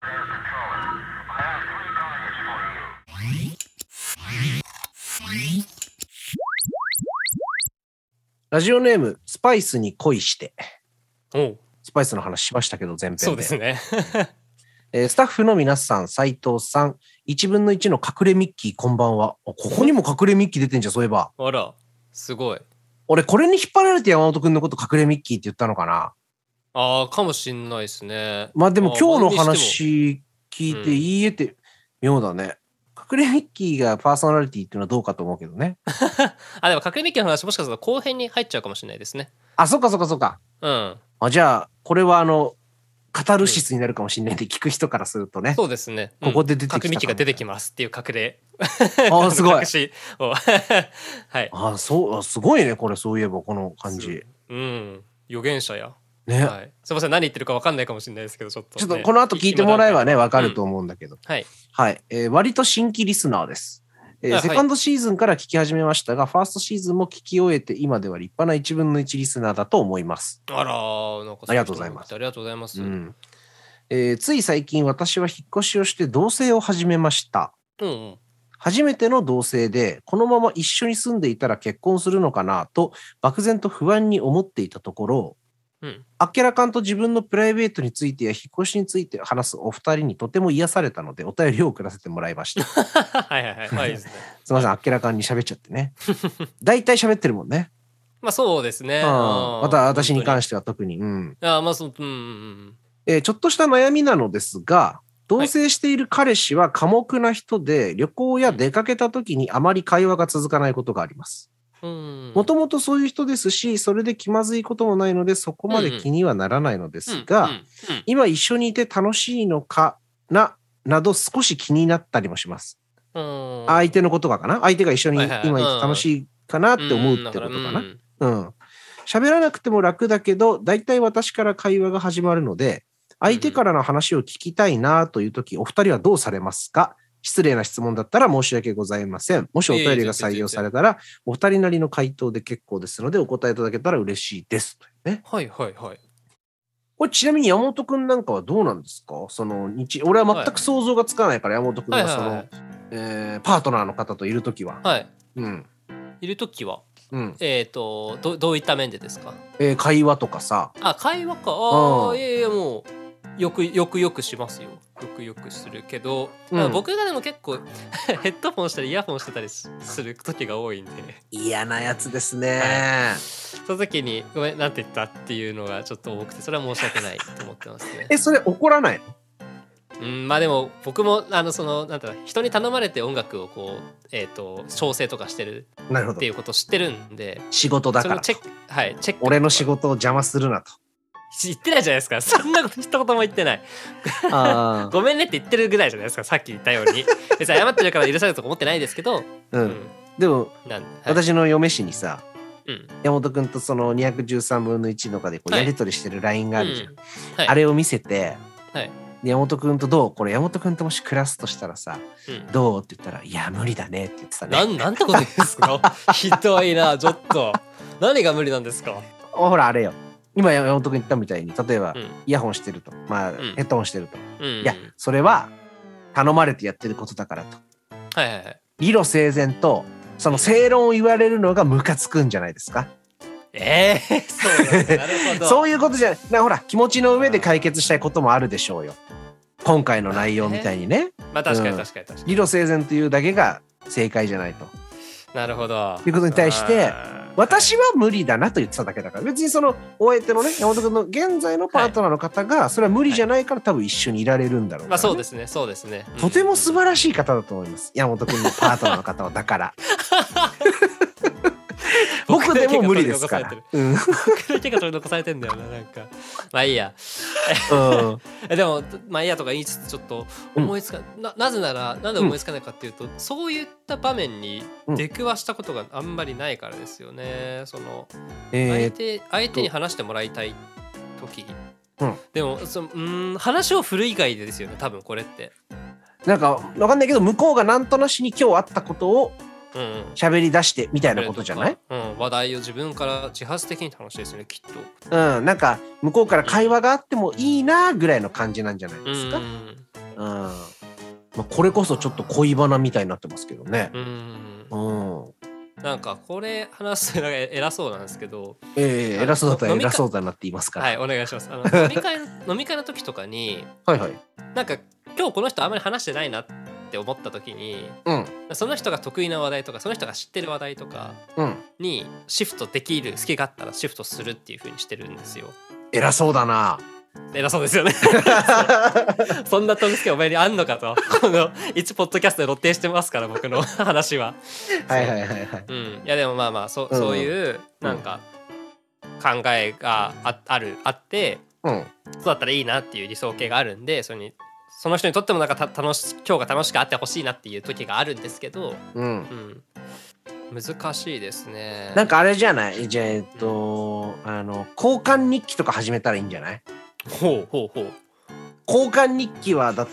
ラジオネームスパイスに恋して。 おスパイスの話しましたけど前編で。 そうですねスタッフの皆さん、斉藤さん、1分の1の隠れミッキーこんばんは。ここにも隠れミッキー出てんじゃん、そういえば。 あらすごい。 俺これに引っ張られて山本くんのこと隠れミッキーって言ったのかな。 かもしんないですね。 まあでも今日の話聞いて言えて妙だね。隠れミッキーがパーソナリティっていうのはどうかと思うけどねでも隠れミッキーの話もしかすると後編に入っちゃうかもしれないですね。 そっかそっかそっか。じゃあこれはカタルシスになるかもしれないんで、聞く人からするとね。 そうですね。 ここで出てきた隠れミッキーが出てきますっていう隠れすごい隠しをはい。そうすごいね、これ。そういえばこの感じ。 預言者やね。 すいません、何言ってるか分かんないかもしれないですけど、ちょっとこの後聞いてもらえばね分かると思うんだけど。はい。割と新規リスナーです。セカンドシーズンから聞き始めましたが、ファーストシーズンも聞き終えて今では立派な1分の1リスナーだと思います。 なんかありがとうございます。 ありがとうございます。 つい最近私は引っ越しをして同棲を始めました。初めての同棲で、このまま一緒に住んでいたら結婚するのかなと漠然と不安に思っていたところ、あっけらかんと自分のプライベートについてや引っ越しについて話すお二人にとても癒されたのでお便りを送らせてもらいました。すみません、あっけらかんに喋っちゃってね。大体喋ってるもんね。 そうですね。 また私に関しては特に。ちょっとした悩みなのですが、同棲している彼氏は寡黙な人で、旅行や出かけた時にあまり会話が続かないことがあります。もともとそういう人ですし、それで気まずいこともないのでそこまで気にはならないのですが、今一緒にいて楽しいのかなど少し気になったりもします。相手のことがかな、相手が一緒に今いて楽しいかなって思うってことかな。喋らなくても楽だけど、だいたい私から会話が始まるので、相手からの話を聞きたいなというとき、お二人はどうされますか？失礼な質問だったら申し訳ございません。もしお便りが採用されたら、お二人なりの回答で結構ですので、お答えいただけたら嬉しいです。これちなみに山本くんなんかはどうなんですか？俺は全く想像がつかないから、山本くんがパートナーの方といるときは。 いるときはどういった面でですか？ 会話とかさ。 会話か。いやもうよくしますよ。よくするけど、僕がでも結構ヘッドホンしたりイヤホンしてたりする時が多いんで。 嫌なやつですね。 その時にごめんなんて言ったっていうのがちょっと多くて、それは申し訳ないと思ってますね。 それ怒らないの？でも僕もなんて人に頼まれて音楽を調整とかしてるっていうことを知ってるんで、 仕事だからチェック俺の仕事を邪魔するなと言ってないじゃないですか。そんなこと一言も言ってないごめんねって言ってるぐらいじゃないですか。さっき言ったように別に謝ってるから許されるとか思ってないですけど、 でも私の嫁氏にさ、山本くんとその213分の1とかでやり取りしてる LINE があるじゃん。あれを見せて、山本くんとどう？これ山本くんともし暮らすとしたらさ、どうって言ったら、いや無理だねって言ってたね。 なんてこと言うんですかひどいな、ちょっと何が無理なんですか？ ほらあれよ、今山本くん言ったみたいに、例えばイヤホンしてると、ヘッドホンしてると、いやそれは頼まれてやってることだからと、理路整然とその正論を言われるのがムカつくんじゃないですか？ そうなるほどそういうことじゃない。ほら気持ちの上で解決したいこともあるでしょうよ。今回の内容みたいにね。 確かに理路整然というだけが正解じゃないと。 なるほど。 いうことに対して私は無理だなと言ってただけだから、別にそのお相手のね、山本君の現在のパートナーの方がそれは無理じゃないから多分一緒にいられるんだろうからね。 そうですね。 とても素晴らしい方だと思います、山本君のパートナーの方は。だから僕でも無理ですから。僕の手が取り残されてんだよな、なんか。まあいいや。でもまあいいやとか言いつつちょっと思いつかなぜならなんで思いつかないかっていうと、そういった場面に出くわしたことがあんまりないからですよね。その相手に話してもらいたい時、でも話を振る以外でですよね、多分これって。 なんかわかんないけど、向こうがなんとなしに今日あったことを喋り出してみたいなことじゃない？ 話題を自分から自発的に楽しいですよね、きっと。 なんか向こうから会話があってもいいなぐらいの感じなんじゃないですか。 まあ、これこそちょっと恋バナみたいになってますけどね。 なんかこれ話すとなんか偉そうなんですけど、 偉そうだったら偉そうだなって言いますから。 はい、お願いします。飲み会の時とかに、 はいはい、 なんか今日この人あんまり話してないなって思った時に、その人が得意な話題とかその人が知ってる話題とかにシフトできる隙があったらシフトするっていう風にしてるんですよ。 偉そうだな。 偉そうですよねそんなトークスキルお前にあんのかとこの1ポッドキャストで露呈してますから僕の話は。 はいはいはいはい。 いやでもまあまあそういうなんか考えがあって、そうだったらいいなっていう理想形があるんで、その人にとってもなんか今日が楽しくあってほしいなっていう時があるんですけど、難しいですね。 なんかあれじゃない、じゃあ交換日記とか始めたらいいんじゃない？交換日記はだって、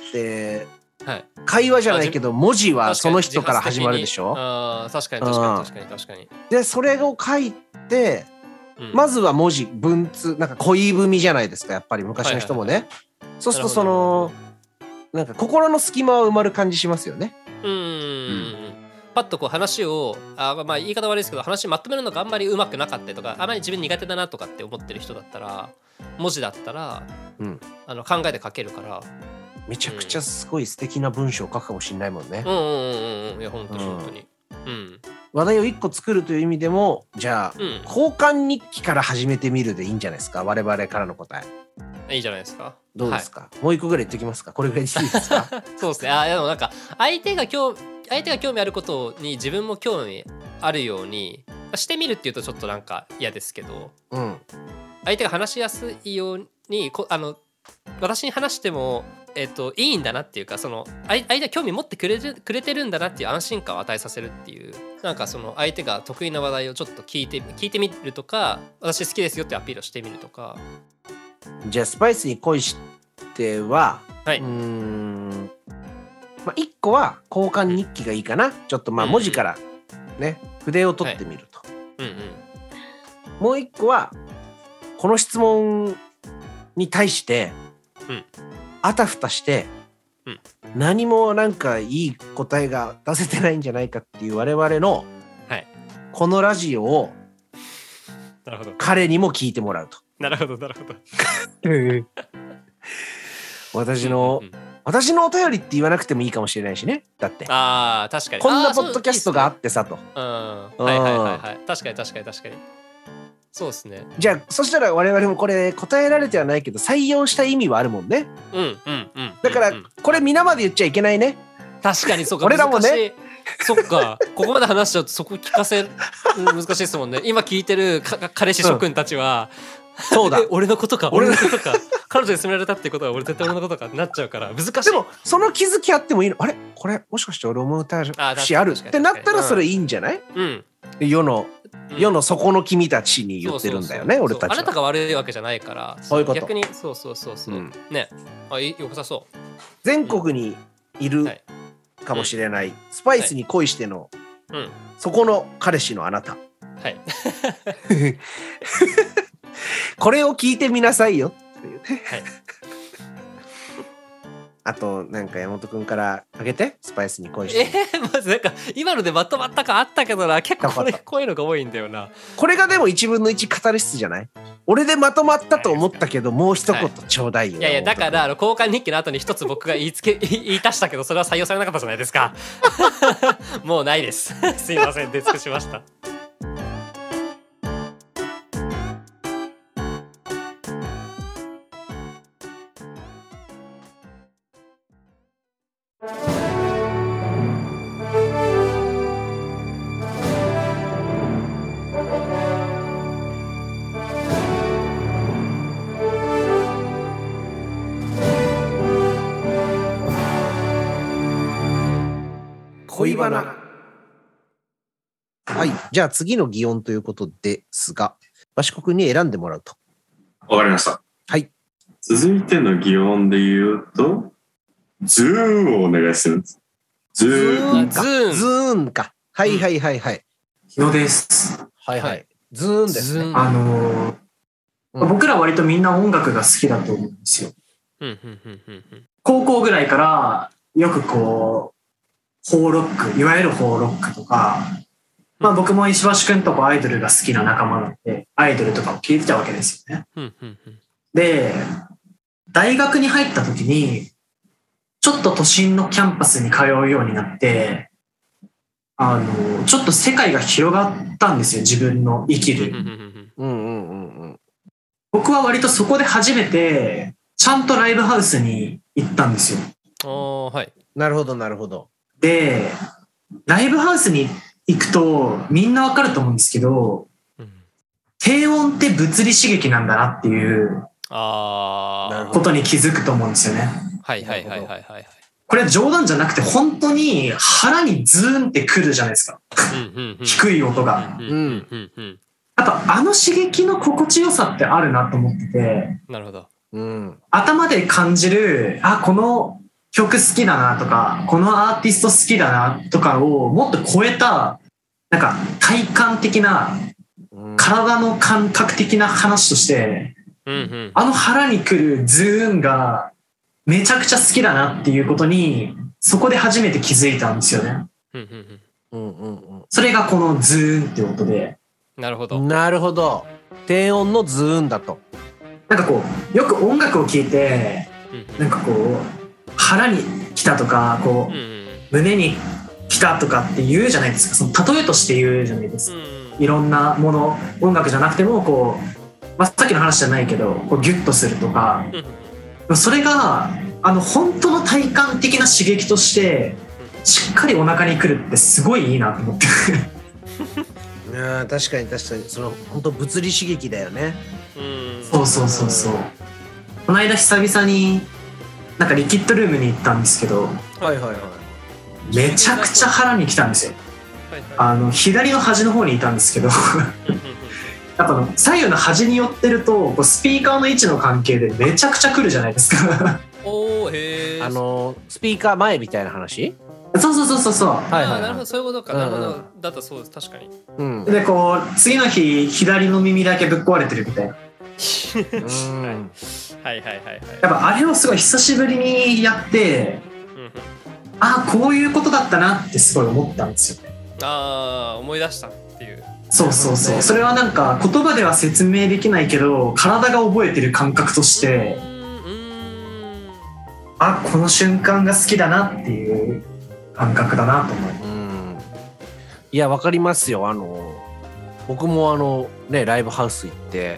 会話じゃないけど文字はその人から始まるでしょ。 確かに。 でそれを書いて、まずは文字文通、なんか恋文じゃないですか、やっぱり昔の人もね。そうするとそのなんか心の隙間は埋まる感じしますよね。 パッとこう話をまあ言い方悪いですけど、話まとめるのがあんまりうまくなかったりとか、あまり自分苦手だなとかって思ってる人だったら、文字だったら、考えて書けるから、 めちゃくちゃすごい素敵な文章を書くかもしれないもんね。 いや本当に。 話題を1個作るという意味でも、じゃあ、交換日記から始めてみるでいいんじゃないですか。我々からの答えいいじゃないですか。 どうですか、もう1個ぐらい言っておきますか。これぐらいでいいですかそうですね。でもなんか相手が興味あることに自分も興味あるようにしてみるっていうとちょっとなんか嫌ですけど、相手が話しやすいように私に話してもいいんだなっていうか、その相手が興味持ってくれてるんだなっていう安心感を与えさせるっていう、なんかその相手が得意な話題をちょっと聞いてみるとか、私好きですよってアピールをしてみるとか。 じゃあスパイスに恋しては、まあ、1個は交換日記がいいかな。ちょっとまあ文字からね、筆を取ってみると。もう1個はこの質問に対してあたふたして、何もなんかいい答えが出せてないんじゃないかっていう我々のこのラジオを彼にも聞いてもらうと。 なるほど私のお便りって言わなくてもいいかもしれないしね。だって確かにこんなポッドキャストがあってさと。 確かにそうですね。 じゃあそしたら我々もこれ答えられてはないけど採用した意味はあるもんね。だからこれ皆まで言っちゃいけないね。 確かにそうか。 俺らもね。 そっか、ここまで話しちゃうとそこ聞かせ難しいですもんね。今聞いてる彼氏諸君たちは、 そうだ俺のことか彼女に勧められたってことは俺絶対俺のことかってなっちゃうから難しい。 でもその気づきあってもいいの。あれこれもしかして俺思うたしあるってなったらそれいいんじゃない？世の底の君たちに言ってるんだよね。俺たちはあなたが悪いわけじゃないから。 そういうこと。 逆にそうね。よさそう。 全国にいるかもしれないスパイスに恋してのそこの彼氏のあなた、これを聞いてみなさいよっていうね。あとなんか山本くんからあげて、スパイスに恋して。 まずなんか今のでまとまったかあったけどな、結構こういうのが多いんだよな。 これがでも1分の1カタルシスじゃない？俺でまとまったと思ったけどもう一言ちょうだいよ。 いやだから交換日記の後に一つ僕が言い足したけどそれは採用されなかったじゃないですか。もうないです。すいません、出尽くしました。 恋バナ。はい、じゃあ次の擬音ということですが、バシコ君に選んでもらうと。 わかりました。 はい。 続いての擬音で言うと、ズーンをお願いします。 ズーンか。はいはいはいはい。 ヒロです。 はいはい。ズーンですね。 僕ら割とみんな音楽が好きだと思うんですよ。 高校ぐらいからよくこうホーロック、いわゆるホーロックとか、まあ僕も石橋くんとかアイドルが好きな仲間なのでアイドルとかを聴いてたわけですよね。で、大学に入った時にちょっと都心のキャンパスに通うようになって、ちょっと世界が広がったんですよ、自分の生きる。僕は割とそこで初めてちゃんとライブハウスに行ったんですよ。 はい。なるほどなるほど。 で、ライブハウスに行くとみんなわかると思うんですけど、低音って物理刺激なんだなっていうことに気づくと思うんですよね。これ冗談じゃなくて本当に腹にズーンってくるじゃないですか。低い音が。やっぱ刺激の心地よさってあるなと思ってて。 なるほど。 頭で感じる、この曲好きだなとか、このアーティスト好きだなとかをもっと超えた、なんか体感的な、体の感覚的な話として、腹にくるズーンがめちゃくちゃ好きだなっていうことに、そこで初めて気づいたんですよね。それがこのズーンって音で。 なるほど。 なるほど。低音のズーンだと。 なんかこう、よく音楽を聴いて、なんかこう、腹に来たとか、こう、胸に来たとかって言うじゃないですか。その例えとして言うじゃないですか。いろんなもの、音楽じゃなくても、こう、さっきの話じゃないけど、こうギュッとするとか、それが、本当の体感的な刺激として、しっかりお腹に来るってすごいいいなと思って。 確かにその本当物理刺激だよね。 そうこの間久々になんかリキッドルームに行ったんですけど、めちゃくちゃ腹に来たんですよ。左の端の方にいたんですけどやっぱ左右の端に寄ってるとこうスピーカーの位置の関係でめちゃくちゃ来るじゃないですか。 スピーカー前みたいな話。 そう。 なるほど、そういうことか。なるほど。だったそうです、確かに。 で、こう、次の日、左の耳だけぶっ壊れてるみたいな。やっぱあれをすごい久しぶりにやって、こういうことだったなってすごい思ったんですよね。 思い出したっていう。 そう。それはなんか言葉では説明できないけど、体が覚えてる感覚として、この瞬間が好きだなっていう感覚だなと思う。 いや、わかりますよ。僕もライブハウス行って、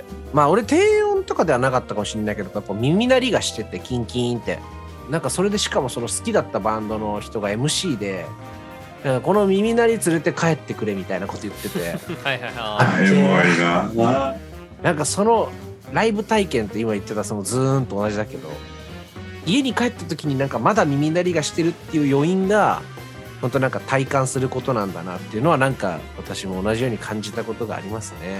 俺低音とかではなかったかもしれないけど、やっぱ耳鳴りがしててキンキンって、なんかそれでしかもその好きだったバンドの人が MC で、この耳鳴り連れて帰ってくれみたいなこと言っててなんかそのライブ体験って今言ってたそのズーンと同じだけど、家に帰った時になんかまだ耳鳴りがしてるっていう余韻が本当なんか体感することなんだなっていうのはなんか私も同じように感じたことがありますね。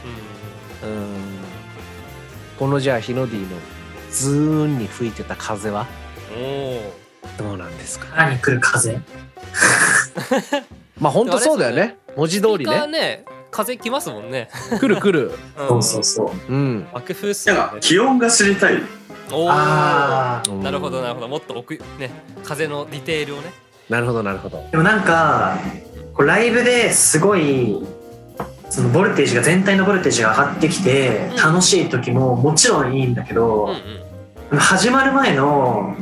このじゃあヒノディのズーンに吹いてた風はどうなんですか。 腹に来る風。 本当そうだよね。文字通りね。風来ますもんね。 来る。 そう。 爆風っすよね。 気温が知りたい。 なるほど。もっと奥ね、風のディテールをね。 なるほど。 でもなんかライブですごいそのボルテージが全体のボルテージが上がってきて楽しい時ももちろんいいんだけど、始まる前の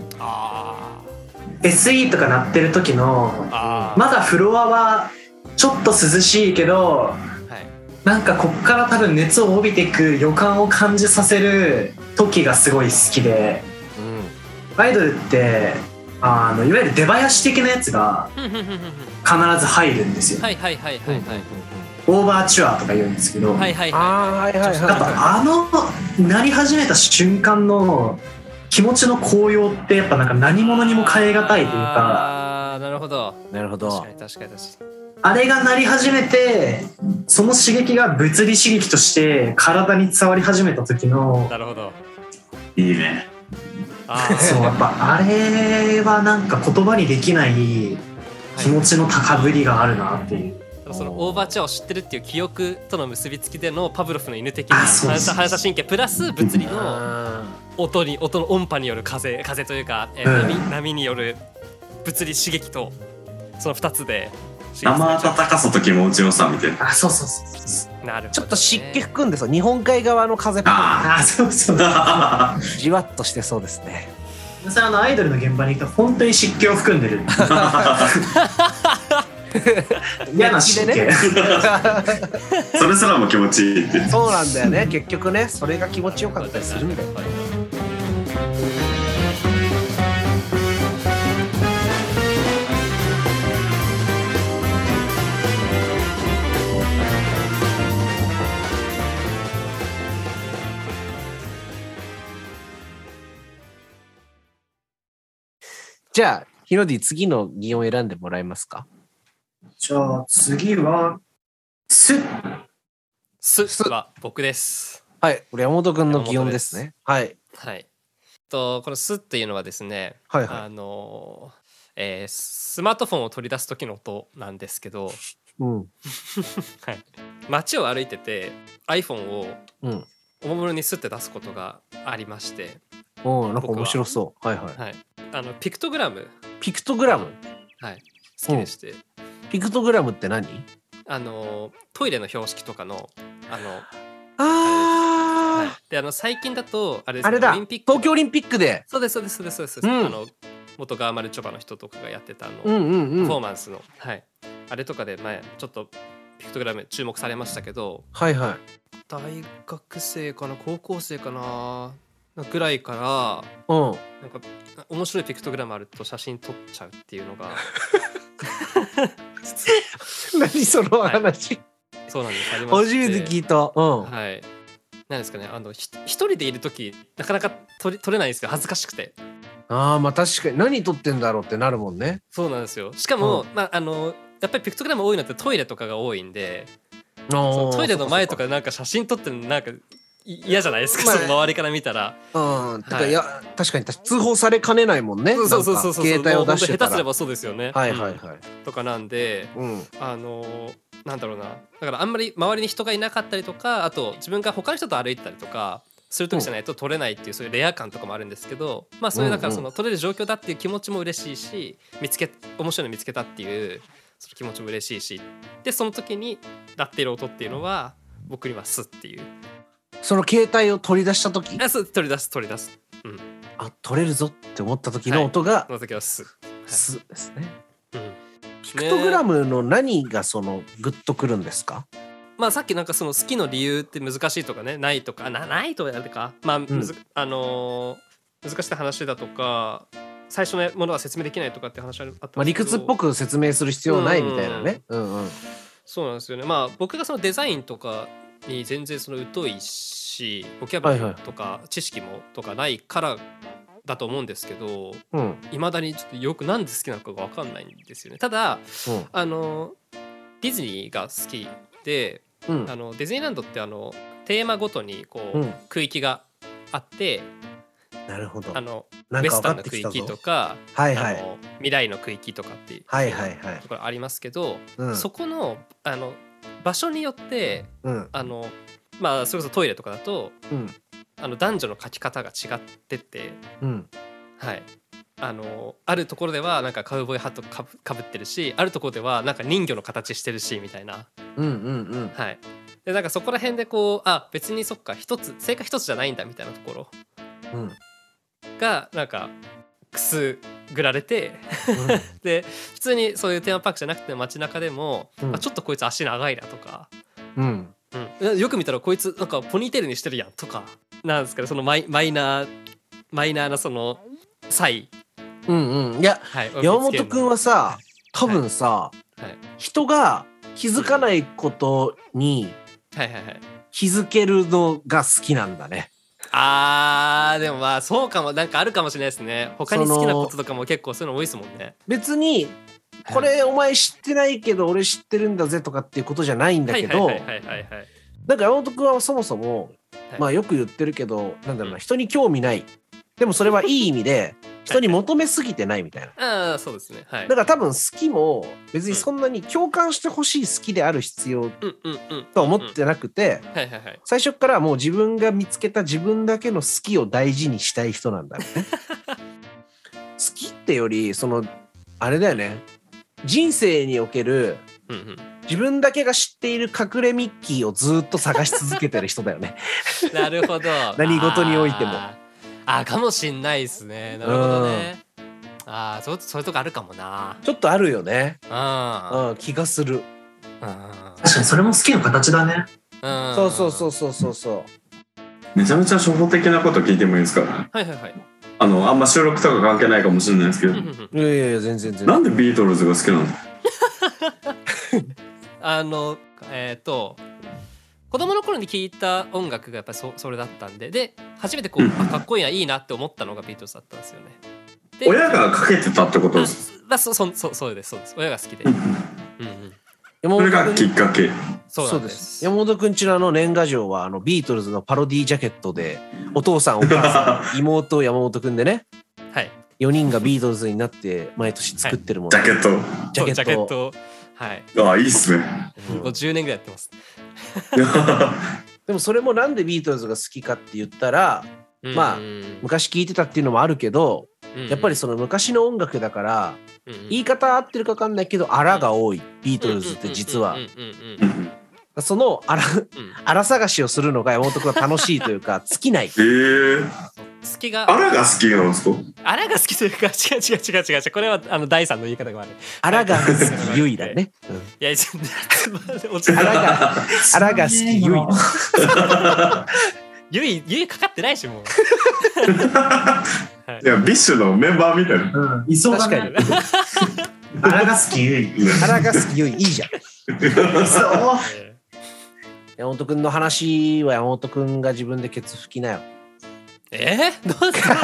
SE とか鳴ってる時のまだフロアはちょっと涼しいけど、なんかこっから多分熱を帯びていく予感を感じさせる時がすごい好きで、アイドルっていわゆる出囃子的なやつが必ず入るんですよ。オーバーチュアとか言うんですけど、やっぱ鳴り始めた瞬間の気持ちの高揚ってやっぱなんか何者にも変え難いというか。 なるほど。確かに。 あれが鳴り始めて、その刺激が物理刺激として体に伝わり始めた時の。 なるほど。 いいね。 そうやっぱあれはなんか言葉にできない気持ちの高ぶりがあるなっていう。 そのオーバーチュアを知ってるっていう記憶との結びつきでのパブロフの犬的な反射神経プラス物理の音の音波による風というか、波による物理刺激とその2つで生暖かさと気持ちよさみたいな。 そうなるほど、ね、 ちょっと湿気含んでそう、日本海側の風っぽい。 そうじわっとしてそうですね。 アイドルの現場に行くと本当に湿気を含んでる。嫌な湿気、ね、 それすらも気持ちいいって。 そうなんだよね、結局ね、それが気持ちよかったりするんだよ。じゃあヒロディ、次の擬音を選んでもらえますか。 じゃあ次はすは僕です。 はい、これ山本くんの擬音ですね。はい。 はい。このすっていうのはですね、 はいはい、 スマートフォンを取り出す時の音なんですけど、 うん、 はい、街を歩いてて iPhone をおもむろにすって出すことがありまして、 なんか面白そう。はいはい。 はい、ピクトグラム。はい。好きでして。 ピクトグラムって何？ トイレの標識とかのはい、 で最近だとあれだ、東京オリンピックで。 そうです。元ガーマルチョバの人とかがやってたパフォーマンスの、はい、あれとかで前ちょっとピクトグラム注目されましたけど、 はいはい、 大学生かな高校生かなぐらいから、なんか面白いピクトグラムあると写真撮っちゃうっていうのが何その話、はい、 そうなんです。ありまして、 初めて聞いた。 はい。なんですかね、一人でいる時なかなか撮れないんですよ、恥ずかしくて。 まあ確かに何撮ってんだろうってなるもんね。 そうなんですよ。しかも、やっぱりピクトグラム多いのってトイレとかが多いんで、トイレの前とかなんか写真撮ってるのなんか嫌じゃないですか、その周りから見たら。 いや確かに通報されかねないもんね。 そう携帯を出してたら下手すればそうですよね。 はいはいはい。 とかなんで、なんだろうな、だからあんまり周りに人がいなかったりとか、あと自分が他の人と歩いてたりとかする時じゃないと撮れないっていう、そういうレア感とかもあるんですけど、まあそういうだからその撮れる状況だっていう気持ちも嬉しいし、面白いの見つけたっていうその気持ちも嬉しいし、でその時に鳴っている音っていうのは僕にはスっていう、 その携帯を取り出した時、 取り出す、 取れるぞって思った時の音が、 その時はスですね。ピクトグラムの何がそのグッとくるんですか？ まあさっきなんかその好きの理由って難しいとかね、ないとかないとやるか、まあ難しい話だとか、最初のものは説明できないとかって話あったんですけど、 理屈っぽく説明する必要ないみたいなね。 そうなんですよね。まあ僕がそのデザインとかに全然その疎いし、ボキャブラリーとか知識もとかないからだと思うんですけど、未だにちょっとよくなんで好きなのかが分かんないんですよね。ただ、ディズニーが好きで、ディズニーランドってテーマごとにこう、区域があって、 なるほど、 ウエスタンの区域とか、未来の区域とかっていうところありますけど、そこの場所によって、まあそれこそトイレとかだと、男女の描き方が違ってて、はい、あるところではなんかカウボーイハットかぶってるし、あるところではなんか人魚の形してるしみたいな、はい、でなんかそこら辺でこう別にそっか正解一つじゃないんだみたいなところがなんかくすぐられてで普通にそういうテーマパークじゃなくて街中でも、ちょっとこいつ足長いなとか、よく見たらこいつなんかポニーテールにしてるやんとか、なんですかね、そのマイナーなその差異。 いや、山本くんはさ、多分さ、人が気づかないことに気づけるのが好きなんだね。 でもまあそうかも、なんかあるかもしれないですね。他に好きなこととかも結構そういうの多いですもんね。 別にこれお前知ってないけど俺知ってるんだぜとかっていうことじゃないんだけど、なんか山本くんはそもそも、まあよく言ってるけど、なんだろうな、人に興味ない、でもそれはいい意味で人に求めすぎてないみたいな。 ああ、そうですね。はい。 だから多分好きも別にそんなに共感してほしい好きである必要とは思ってなくて、最初からもう自分が見つけた自分だけの好きを大事にしたい人なんだよね。好きってよりそのあれだよね。人生における自分だけが知っている隠れミッキーをずっと探し続けてる人だよね。 なるほど。 何事においても。 かもしんないですね。なるほどね。そういうとこあるかもな。 ちょっとあるよね。気がする。 確かにそれも好きの形だね。 そう。 めちゃめちゃ初歩的なこと聞いてもいいですか？ はいはいはい。 あんま収録とか関係ないかもしれないですけど。いや全然。 なんでビートルズが好きなの？子供の頃に聴いた音楽がやっぱりそれだったんで初めてこう、かっこいいないいなって思ったのがビートルズだったんですよね。 親がかけてたってことです？ そうです親が好きで。 それがきっかけ。 そうです。山本くんちの年賀状はビートルズのパロディジャケットでお父さんお母さん妹山本くんでね、4人がビートルズになって毎年作ってるもの。 ジャケット。はい。 いいっすね。 もう10年ぐらいやってます。 でもそれもなんでビートルズが好きかって言ったら、まあ昔聴いてたっていうのもあるけど、やっぱりその昔の音楽だから、言い方合ってるか分かんないけど荒が多いビートルズって実は。その荒探しをするのが山本君は楽しいというか尽きない。 好きが荒が好きなんですか？ 荒が好きというか違うこれは第三の言い方が悪い。 荒が好きゆいだね。 いや荒が好きゆい。 ゆいかかってないしもう。 いやビッシュのメンバーみたいな。 いそうだね。荒が好きゆい。 荒が好きゆいいいじゃん。 そう。 山本くんの話は山本くんが自分でケツ拭きなよ。 どうですか？ひどいですね。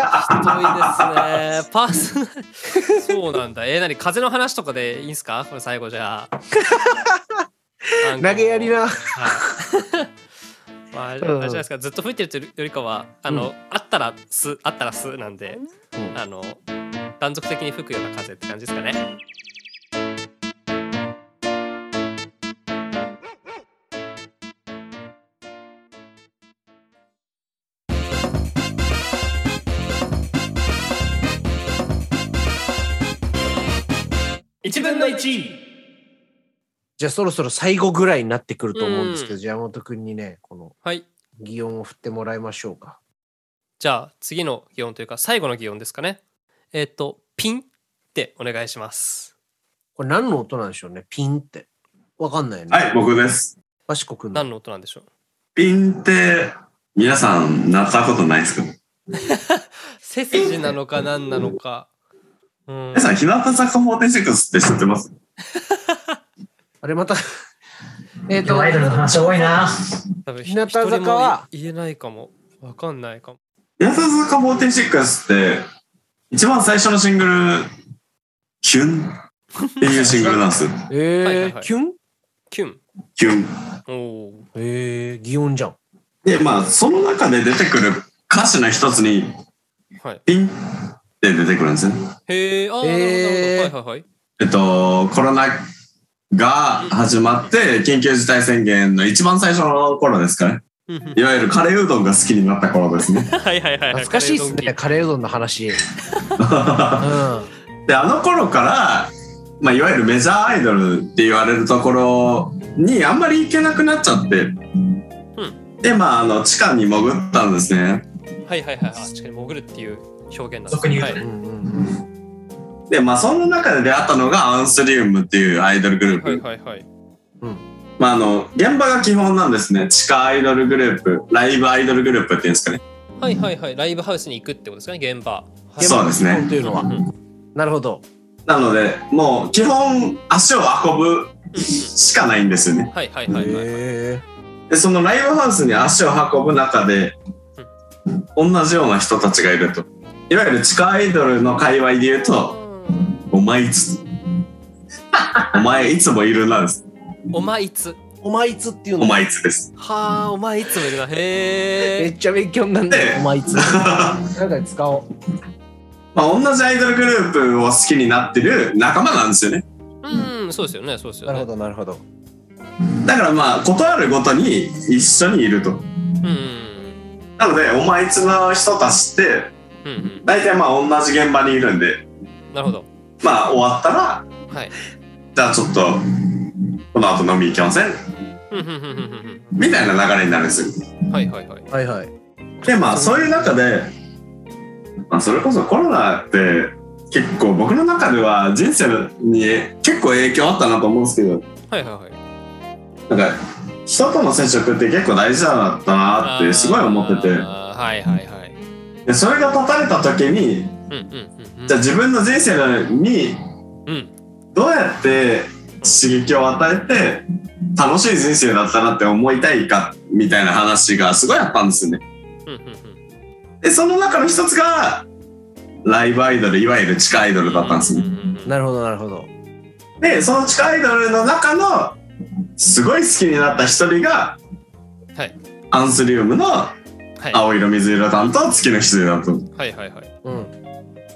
パーソナル。そうなんだ。何風の話とかでいいんですか？これ最後じゃあ。 投げやりな。 あれじゃないですか。ずっと吹いてるというよりかはあったらすなんで、断続的に吹くような風って感じですかね。1分の1。 じゃあそろそろ最後ぐらいになってくると思うんですけど、じゃあ山本くんにねこの擬音を振ってもらいましょうか。 じゃあ次の擬音というか最後の擬音ですかね。ピンってお願いします。 これ何の音なんでしょうね。ピンってわかんないよね。 はい、僕です。 バシコくん何の音なんでしょう。 ピンって皆さん鳴ったことないですか？ 背筋なのか何なのか。 皆さん日向坂46って知ってます？ あれまたアイドルの話多いな。 日向坂は言えないかも。わかんないかも。 日向坂46って一番最初のシングルキュンっていうシングルなんです。 キュン？ キュン。 擬音じゃん。 でその中で出てくる歌詞の一つにピンって出てくるんですね。コロナが始まって緊急事態宣言の一番最初の頃ですかね。いわゆるカレーうどんが好きになった頃ですね。 懐かしいですね、カレーうどんの話。で頃からいわゆるメジャーアイドルって言われるところにあんまり行けなくなっちゃって、で地下に潜ったんですね。 地下に潜るっていう表現なんですね。 でその中で出会ったのがアンスリウムっていうアイドルグループ。現場が基本なんですね。地下アイドルグループ、ライブアイドルグループっていうんですかね。 ライブハウスに行くってことですかね、現場。 そうですね。 というのは、なるほど。 なのでもう基本足を運ぶしかないんですよね。でそのライブハウスに足を運ぶ中で同じような人たちがいると。いわゆる地下アイドルの界隈で言うとお前いつもいるなんです。 お前いつっていうの。 お前いつです。 はあ、お前いつもいるな。 めっちゃ勉強になるんだよ。お前いつ。なんか使おう。 まあ、同じアイドルグループを好きになってる仲間なんですよね。 そうですよね、そうですよね。 なるほどなるほど。 だからまあことあるごとに一緒にいると。なのでお前つの人たちって大体まあ同じ現場にいるんで、 なるほど。 まあ終わったら、はい、じゃあちょっとこの後飲み行きませんみたいな流れになるんですよ。 はいはいはいはいはい。 でまあそういう中で、まあ、それこそコロナって結構僕の中では人生に結構影響あったなと思うんですけど、はいはいはい、なんか人との接触って結構大事だったなってすごい思ってて、はいはいはい、でそれが断たれた時に、じゃあ自分の人生にどうやって刺激を与えて楽しい人生だったなって思いたいかみたいな話がすごいあったんですよね。でその中の一つがライブアイドル、いわゆる地下アイドルだったんですね。 なるほどなるほど。 でその地下アイドルの中のすごい好きになった一人が、はい、アンスリウムの青色水色担当、月の翡翠担当。はいはいはい。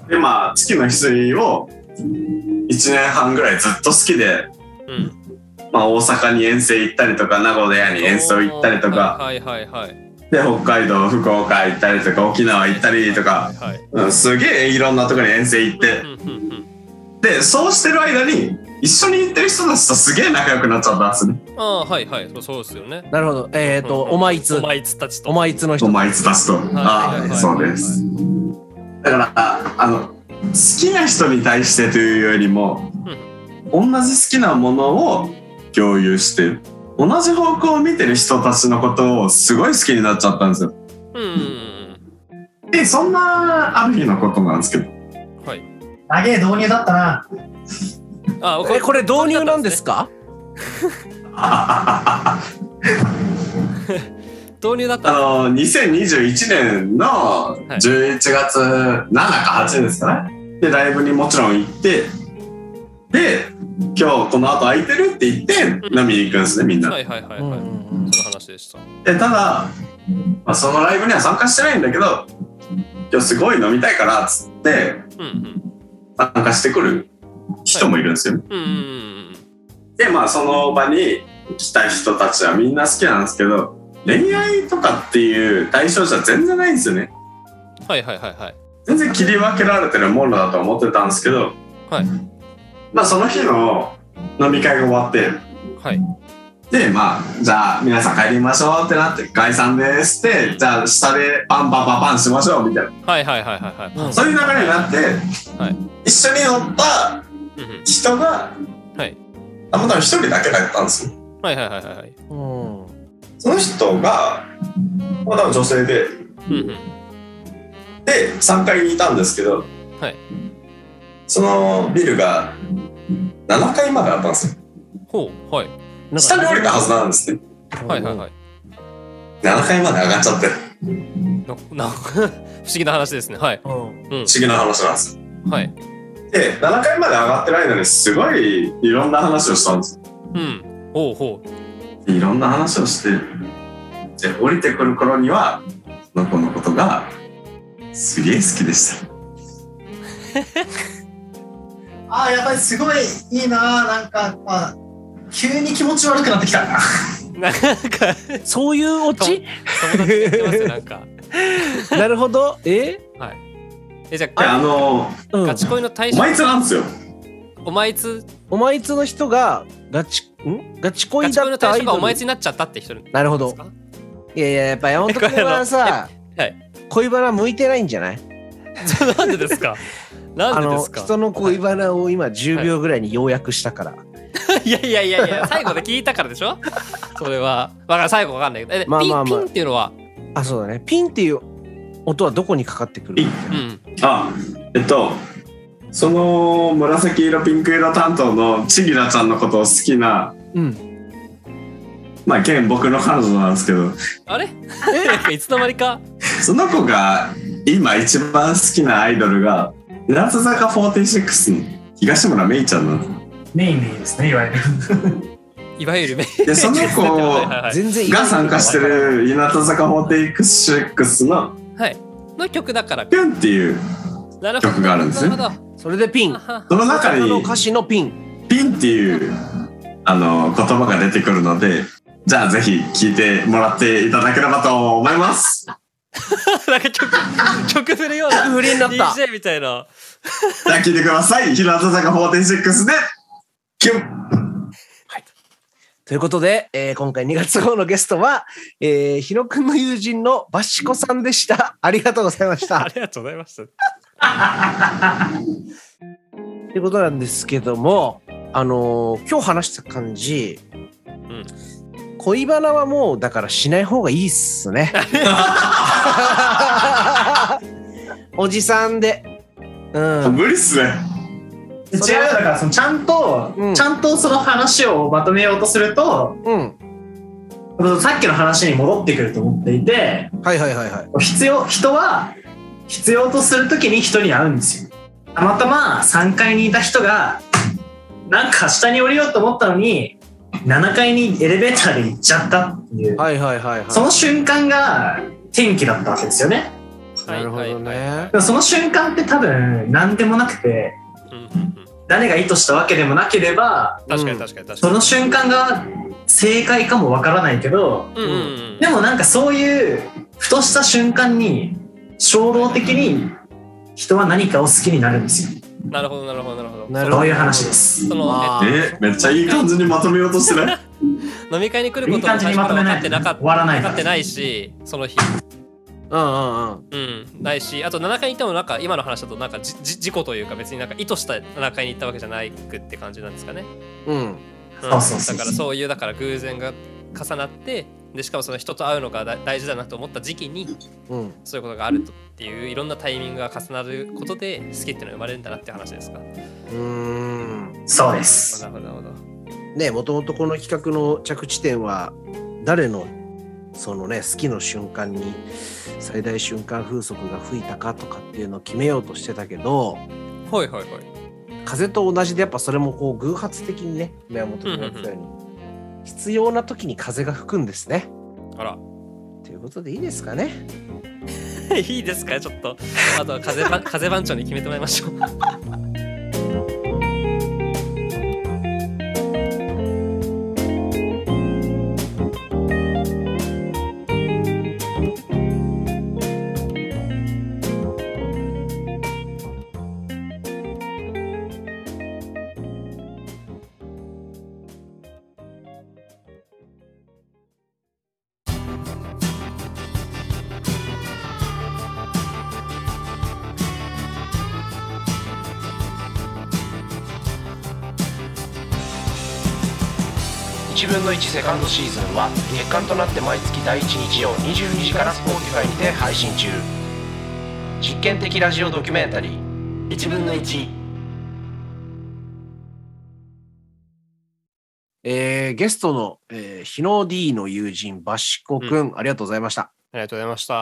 でまあ月の翡翠を1年半ぐらいずっと好きで、まあ、大阪に遠征行ったりとか名古屋に遠征行ったりとか、はいはいはい、で北海道福岡行ったりとか沖縄行ったりとか、すげえいろんなところに遠征行って、でそうしてる間に一緒に行ってる人たちとすげえ仲良くなっちゃったんですね。 はいはい、そうですよね。 なるほど。お前つたちと、 お前つの人、 お前つたちと、そうです。だから好きな人に対してというよりも、同じ好きなものを共有して同じ方向を見てる人たちのことをすごい好きになっちゃったんですよ。でそんなある日のことなんですけど、はい、 長い導入だったな。 これ導入なんですか？ 導入だった 2021年の11月7か8ですかね。でライブにもちろん行って、で今日この後空いてるって言って飲みに行くんですね、みんな。はいはいはいはい、その話でした。 でただ、まあ、そのライブには参加してないんだけど、今日すごい飲みたいからっつって、参加してくる人もいるんですよ。でまあその場に来た人たちはみんな好きなんですけど、恋愛とかっていう対象じゃ全然ないんですよね。はいはいはいはい。全然切り分けられてるものだと思ってたんですけど、はい。まあその日の飲み会が終わって、はい。でまあじゃあ皆さん帰りましょうってなって、解散ですって、じゃあ下でパンパンパンパンしましょうみたいな。はいはいはいはいはい。そういう流れになって、はい、一緒に乗った人が、はい。たまたま一人だけだったんですよ。はいはいはいはい。その人が、まあ多分女性で、で3階にいたんですけど、はい、そのビルが7階まであったんですよ。ほう、はい。下に降りたはずなんですね。はいはいはい。7階まで上がっちゃって。不思議な話ですね。はい。不思議な話なんです。はい。で7階まで上がってる間にすごいいろんな話をしたんですよ。ほうほう。いろんな話をして、で降りてくる頃にはその子のことがすげえ好きでした。 やっぱりすごいいいな。なんか、急に気持ち悪くなってきた。 なんかそういうオチ？ 友達言ってますよ、なんか。 なるほど。はい。 じゃあガチ恋の対象。 お前つなんですよ。 お前つの人がガチ恋だったアイドル。 お前つになっちゃったって人。 なるほど。いやいや、やっぱ山本君はさ、恋バナ向いてないんじゃない？ なんでですか？なんでですか？ 人の恋バナを今10秒ぐらいに要約したから。 いや最後で聞いたからでしょ。それはだから最後わかんないけど、ピンっていうのは、 そうだね。ピンっていう音はどこにかかってくる？ その紫色ピンク色担当のちぎらちゃんのことを好きな、まあ現僕の彼女なんですけど、 あれいつの間にかその子が今一番好きなアイドルが日向坂46の東村芽衣ちゃんなんです。 メインですね、いわゆるいわゆるメインでその子が参加してる日向坂46の、 の曲だからピュンっていう曲があるんですね。 それでピン。 その中に歌詞のピンっていう言葉が出てくるので、じゃあぜひ聴いてもらっていただければと思います。 なんか曲振るような振りになった DJ みたいな。 じゃあ聴いてください。日向坂46でキュン。 ということで、今回2月号のゲストは、日野くんの友人のバシコさんでした。ありがとうございました。 ありがとうございました。 ということなんですけども、今日話した感じ、恋バナはもうだからしない方がいいっすね。おじさんで。 無理っすね。 違う、だからちゃんとその話をまとめようとすると、さっきの話に戻ってくると思っていて、人は必要とするときに人に会うんですよ。たまたま3階にいた人がなんか下に降りようと思ったのに7階にエレベーターで行っちゃったっていう、その瞬間が転機だったわけですよね。 なるほどね。 その瞬間って多分何でもなくて、誰が意図したわけでもなければ、 確かにその瞬間が正解かもわからないけど、でもなんかそういうふとした瞬間に衝動的に人は何かを好きになるんですよ。 なるほど。 そういう話です。 めっちゃいい感じにまとめようとしてない？ 飲み会に来ることも最初から分かってないし、その日。ないし、あと7階に行ってもなんか今の話だとなんか事故というか別になんか意図した7階に行ったわけじゃないくって感じなんですかね。だからそういう偶然が重なって、でしかもその人と会うのが大事だなと思った時期に、そういうことがあるとっていういろんなタイミングが重なることで好きっていうのが生まれるんだなって話ですか。 そうです。 なるほど。 ね、もともとこの企画の着地点は誰のそのね好きの瞬間に最大瞬間風速が吹いたかとかっていうのを決めようとしてたけど、風と同じでやっぱそれもこう偶発的にね、宮本君が言ったように必要な時に風が吹くんですね。 あら。 ということでいいですかね。 いいですか、ちょっとあとは風番長に決めてもらいましょう。 1分の1セカンドシーズンは月間となって毎月第1日曜22時から Spotify にて配信中。実験的ラジオドキュメンタリー1分の1。ゲストの、日野 D の友人バシコくん、ありがとうございました。 ありがとうございました。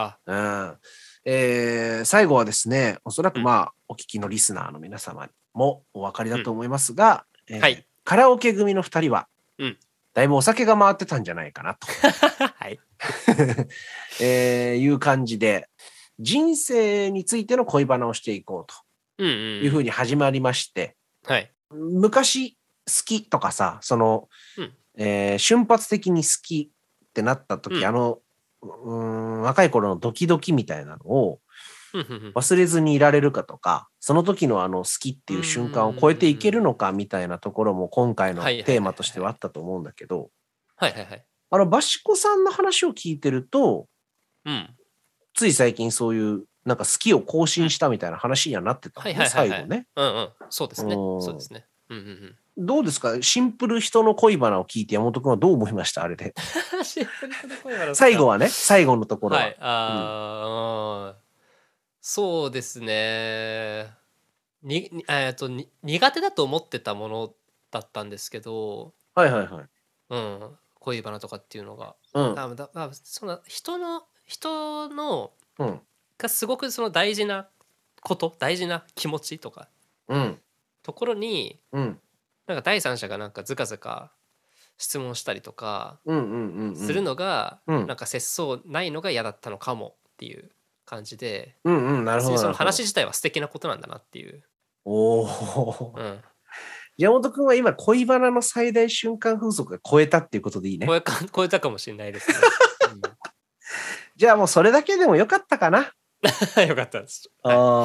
最後はですね、おそらくお聞きのリスナーの皆様もお分かりだと思いますが、カラオケ組の2人は、だいぶお酒が回ってたんじゃないかなと、いう感じで人生についての恋バナをしていこうというふうに始まりまして、昔好きとかさ、その、瞬発的に好きってなった時、若い頃のドキドキみたいなのを忘れずにいられるかとか、その時の好きっていう瞬間を超えていけるのかみたいなところも今回のテーマとしてはあったと思うんだけど、バシコさんの話を聞いてると、つい最近そういうなんか好きを更新したみたいな話にはなってたのね、最後ね。 そうですね。そうですね。 どうですか、シンプル人の恋バナを聞いて山本君はどう思いました、あれで。最後はね、最後のところは。 そうですね。苦手だと思ってたものだったんですけど、恋バナとかっていうのが、その人のがすごくその大事なこと、大事な気持ちとか、ところに、なんか第三者がなんかずかずか質問したりとかするのが、なんか節操ないのが嫌だったのかもっていう感感じで、 なるほど。 その話自体は素敵なことなんだなっていう。 おお。山本君は今恋バナの最大瞬間風速が超えたっていうことでいいね。 超えたかもしれないですね。 じゃあもうそれだけでもよかったかな。 よかったです。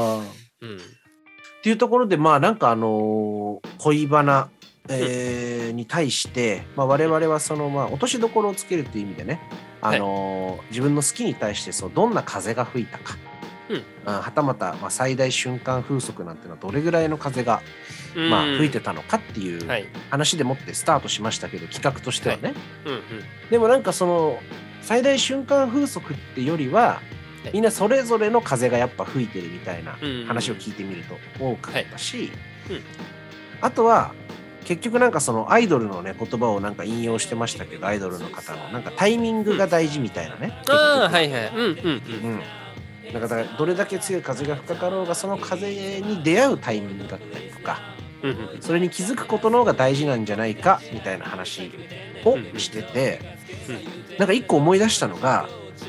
っていうところでなんか恋バナ、に対して、我々はその落としどころをつけるっていう意味でね、自分の好きに対してどんな風が吹いたか、はたまた最大瞬間風速なんていうのはどれぐらいの風が吹いてたのかっていう話でもってスタートしましたけど、企画としてはね。でもなんかその最大瞬間風速ってよりはみんなそれぞれの風がやっぱ吹いてるみたいな話を聞いてみると多かったし、あとは結局なんかそのアイドルのね言葉をなんか引用してましたけど、アイドルの方のなんかタイミングが大事みたいなね。だからどれだけ強い風が吹かかろうがその風に出会うタイミングだったりとか、それに気づくことの方が大事なんじゃないかみたいな話をしてて、なんか一個思い出したのが、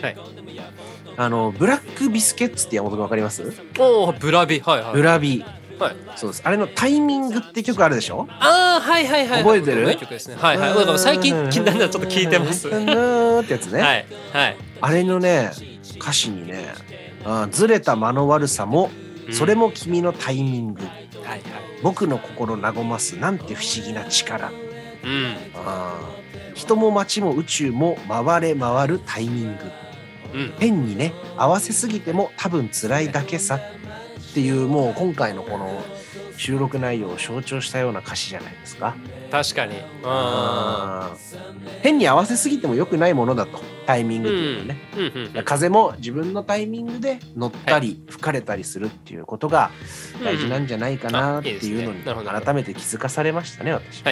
ブラックビスケッツって山本君わかります？ ブラビ、 ブラビ、そうです。あれのタイミングって曲あるでしょ？覚えてる？ 曲ですね。最近だんだんちょっと聞いてます。 ってやつね。あれのね歌詞にね、ずれた間の悪さもそれも君のタイミング。僕の心和ますなんて不思議な力。人も街も宇宙も回れ回るタイミング。変にね合わせすぎても多分辛いだけさっていう、もう今回のこの収録内容を象徴したような歌詞じゃないですか。 確かに。 変に合わせすぎても良くないものだと、タイミングっていうのね。風も自分のタイミングで乗ったり吹かれたりするっていうことが大事なんじゃないかなっていうのに改めて気づかされましたね、私。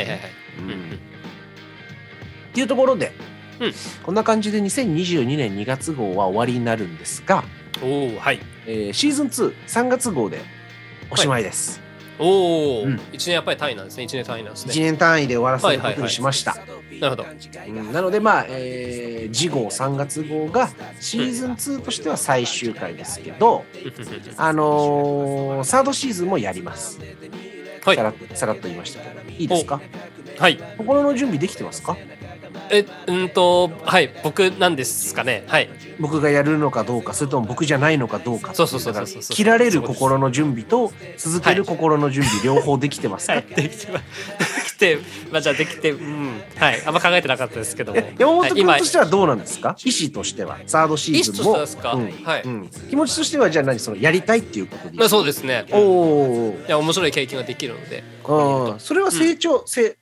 っていうところで、こんな感じで2022年2月号は終わりになるんですが、シーズン2、3月号でおしまいです。 1年やっぱり単位なんですね。1年単位なんですね。 1年単位で終わらせることにしました。 なるほど。 なので次号3月号がシーズン2としては最終回ですけど、サードシーズンもやります。さらっと言いましたけど、いいですか？心の準備できてますか？ 僕なんですかね。 僕がやるのかどうか、それとも僕じゃないのかどうか。切られる心の準備と続ける心の準備両方できてますか？ できて、じゃあできて、あんま考えてなかったですけども。 山本君としてはどうなんですか？意思としてはサードシーズンも。気持ちとしてはじゃあそのやりたいっていうことで。 そうですね。面白い経験ができるので。 それは成長。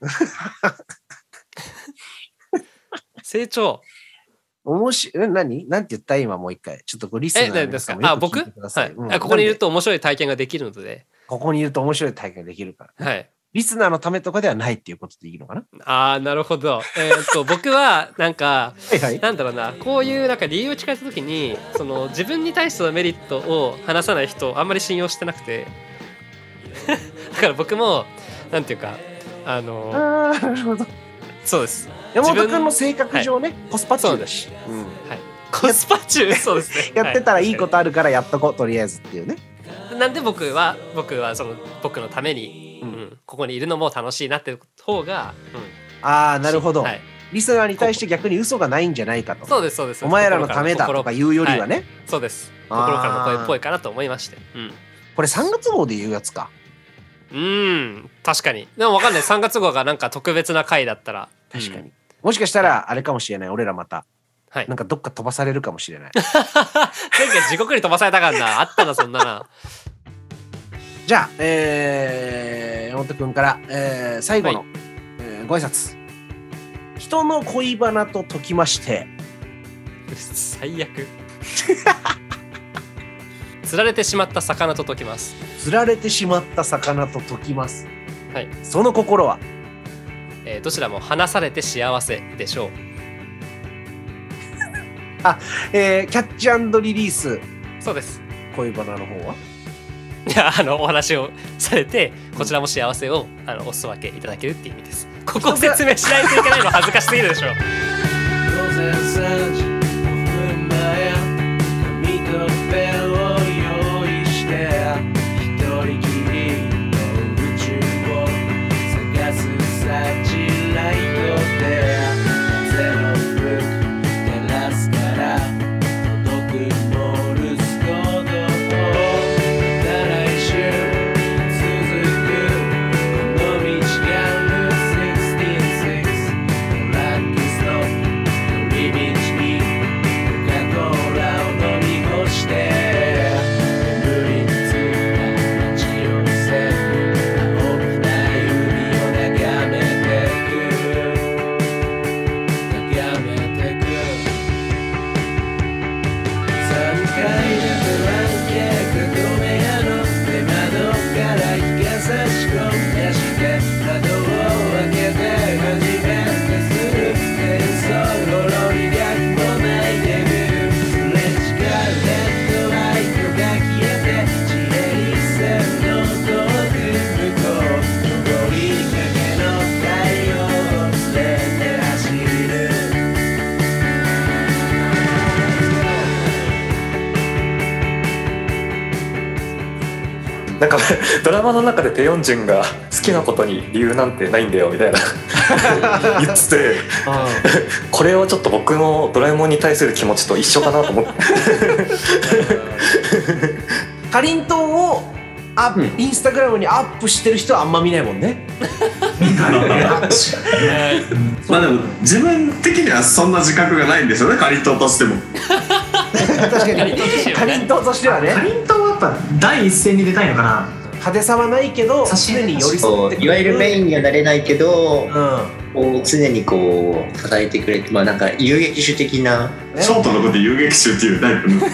成長。 なんて言った今もう一回。ちょっとリスナーの皆さんもよく聞いてください。 ここにいると面白い体験ができるので。 ここにいると面白い体験ができるから。リスナーのためとかではないっていうことでいいのかな？ なるほど。僕はなんかなんだろうな、こういうなんか理由を聞かれた時にその自分に対してのメリットを話さない人あんまり信用してなくてだから僕もなんていうかなるほど。 そうです。 山本君の性格上ね、コスパ中だし。 コスパ中、そうですね。 やってたらいいことあるからやっとこう、とりあえずっていうね。 なんで僕はその僕のためにここにいるのも楽しいなって方が。 なるほど。リスナーに対して逆に嘘がないんじゃないかと。 そうですそうです。 お前らのためだとか言うよりはね。 そうです。心からの声っぽいかなと思いまして。 これ3月号で言うやつか。 確かに。でも分かんない。3月号がなんか特別な回だったら。 確かに。もしかしたらあれかもしれない。俺らまた。なんかどっか飛ばされるかもしれない。 前回地獄に飛ばされたからな。あったな、そんなな。 じゃあ、山本君から、最後の、ご挨拶。人の恋バナと解きまして。 最悪。釣られてしまった魚と解きます。 釣られてしまった魚と解きます。その心は、 どちらも離されて幸せでしょう。 キャッチ&リリース。 そうです。 恋バナの方は、 いやお話をされてこちらも幸せをお裾分けいただけるっていう意味です。ここを説明しないといけないの恥ずかしすぎるでしょ。 なんかドラマの中でペヨンジュンが好きなことに理由なんてないんだよみたいな言っててこれはちょっと僕のドラえもんに対する気持ちと一緒かなと思ってかりんとうをインスタグラムにアップしてる人はあんま見ないもんね。 見ないね。まあでも自分的にはそんな自覚がないんですよね、かりんとうとしても。 確かにかりんとうとしてはね。 かりんとうはやっぱ第一線に出たいのかな。 派手さはないけど常に寄り添ってくれる。 いわゆるメインにはなれないけど、こう常にこう叩いてくれて、まあなんか遊撃手的な。 ショートのこと遊撃手っていうタイプの。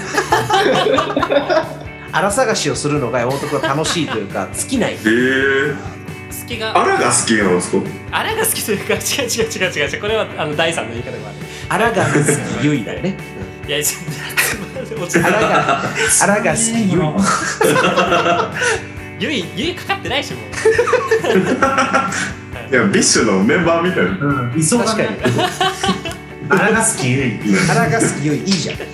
荒探しをするのが山本君は楽しいというか好きない。 好きが。 荒が好きなんですか。 荒が好きというか違うこれは第三の言い方がある。荒が好きゆいだよね。 いや荒が好きゆい。ゆいかかってないしもう。 いやビッシュのメンバーみたいな。 いそうだね。荒が好きゆい。 荒が好きゆいいいじゃん。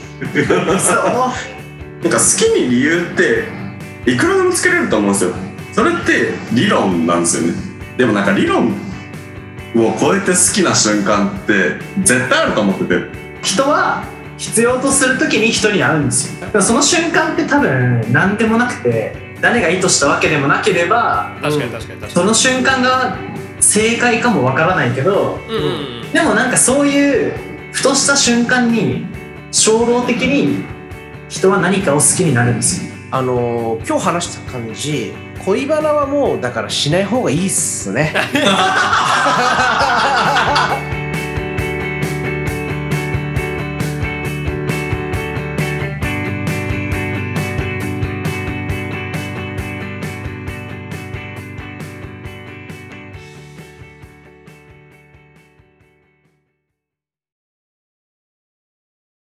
なんか好きに理由っていくらでもつけれると思うんですよ。それって理論なんですよね。でもなんか理論を超えて好きな瞬間って絶対あると思ってて、 人は必要とするときに人に会うんですよ。だからその瞬間って多分何でもなくて、誰が意図したわけでもなければ、 確かにその瞬間が正解かもわからないけど、でもなんかそういうふとした瞬間に衝動的に人は何かを好きになるんですよ。 今日話した感じ、恋バナはもうだからしない方がいいっすね。